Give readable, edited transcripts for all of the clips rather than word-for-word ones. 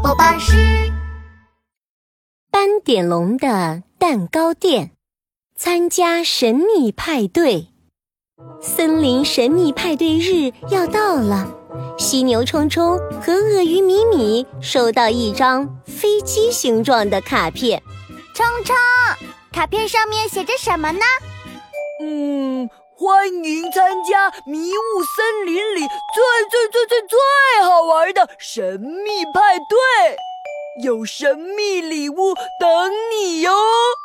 宝巴士。 斑点龙的蛋糕店，参加神秘派对。森林神秘派对日要到了，犀牛冲冲和鳄鱼米米收到一张飞机形状的卡片。 冲冲，卡片上面写着什么呢？ 欢迎参加迷雾森林里最好玩的神秘派对，有神秘礼物等你哟！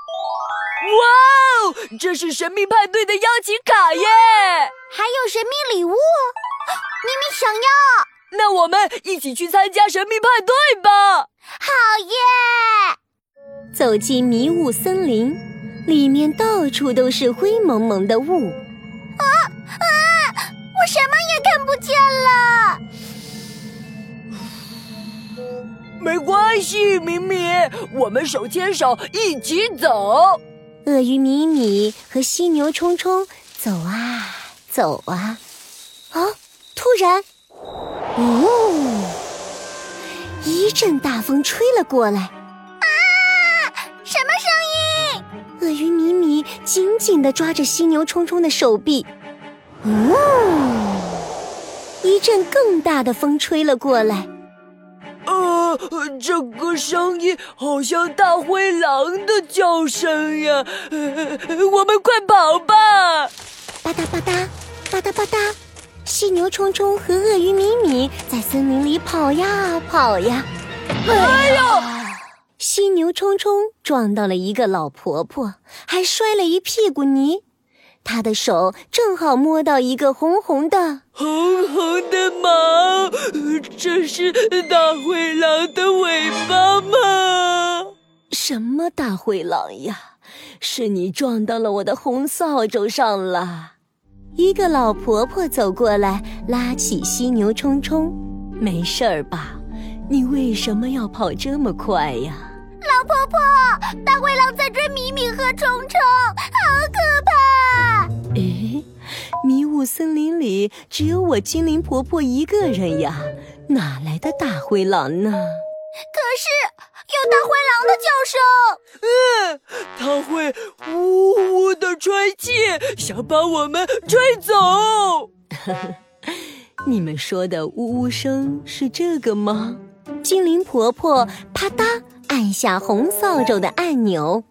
哇哦，这是神秘派对的邀请卡耶！ 还有神秘礼物，咪咪想要。 那我们一起去参加神秘派对吧！ 好耶！ 走进迷雾森林，里面到处都是灰蒙蒙的雾。 我什么也看不见了。 没关系，米米，我们手牵手一起走。 鳄鱼米米和犀牛冲冲走啊走啊，突然，一阵大风吹了过来。 什么声音？ 鳄鱼米米紧紧地抓着犀牛冲冲的手臂。一阵更大的风吹了过来。 这个声音好像大灰狼的叫声呀！我们快跑吧！ 吧嗒吧嗒，吧嗒吧嗒，犀牛冲冲和鳄鱼米米在森林里跑呀跑呀。 哎呦！ 犀牛冲冲撞到了一个老婆婆，还摔了一屁股泥。他的手正好摸到一个红红的毛，这是大灰狼的尾巴吗？ 什么大灰狼呀？是你撞到了我的红扫帚上了。一个老婆婆走过来，拉起犀牛冲冲。没事儿吧？你为什么要跑这么快呀？ 老婆婆，大灰狼在追米米和冲冲，好可怕！ 迷雾森林里只有我精灵婆婆一个人呀，哪来的大灰狼呢？ 可是有大灰狼的叫声。 它会呜呜地吹气，想把我们吹走。 你们说的呜呜声是这个吗？精灵婆婆啪嗒按下红扫帚的按钮。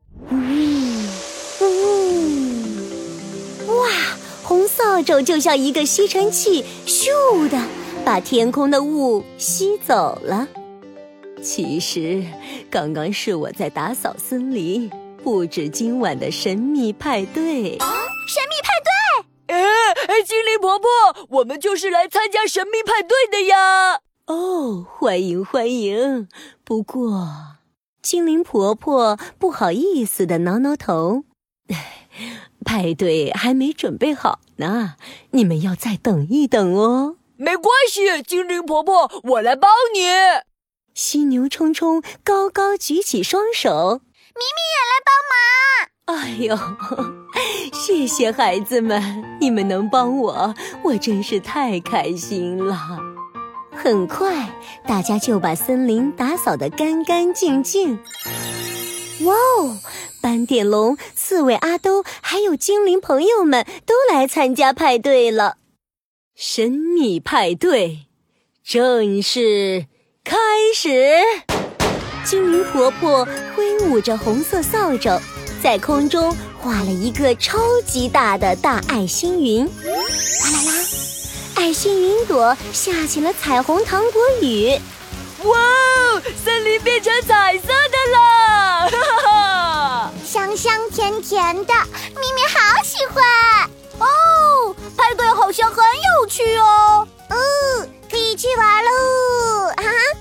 哇，红扫帚就像一个吸尘器，咻的把天空的雾吸走了。其实刚刚是我在打扫森林，布置今晚的神秘派对。 神秘派对？ 精灵婆婆，我们就是来参加神秘派对的呀！ 欢迎欢迎。不过精灵婆婆不好意思地挠挠头，派对还没准备好呢，你们要再等一等哦。 没关系，精灵婆婆，我来帮你。 犀牛冲冲高高举起双手， 米米也来帮忙。 哎呦，谢谢孩子们，你们能帮我，我真是太开心了。很快，大家就把森林打扫得干干净净。哇哦！斑点龙、刺猬阿兜还有精灵朋友们都来参加派对了。神秘派对正式开始。精灵婆婆挥舞着红色扫帚，在空中画了一个超级大的大爱心云。啦啦啦！爱心云朵下起了彩虹糖果雨。 哇哦，森林变成彩色的了！哈哈哈！ 香香甜甜的，咪咪好喜欢。派对好像很有趣哦。可以去玩喽！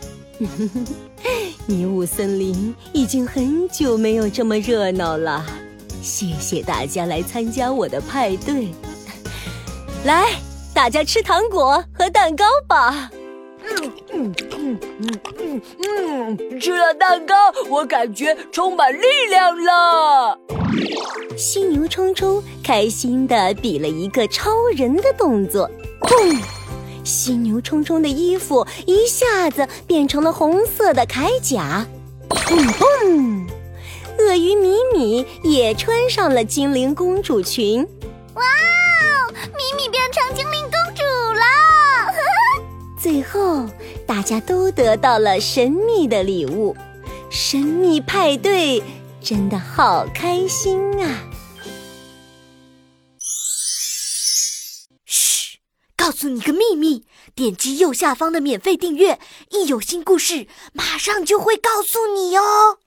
迷雾森林已经很久没有这么热闹了，谢谢大家来参加我的派对。来，大家吃糖果和蛋糕吧。 吃了蛋糕，我感觉充满力量了。 犀牛冲冲开心地比了一个超人的动作，砰！ 犀牛冲冲的衣服一下子变成了红色的铠甲。砰砰！鳄鱼米米也穿上了精灵公主裙。 哇哦，米米变成精灵公主了！ 最后，大家都得到了神秘的礼物。神秘派对真的好开心啊！ 嘘，告诉你个秘密，点击右下方的免费订阅，一有新故事，马上就会告诉你哦。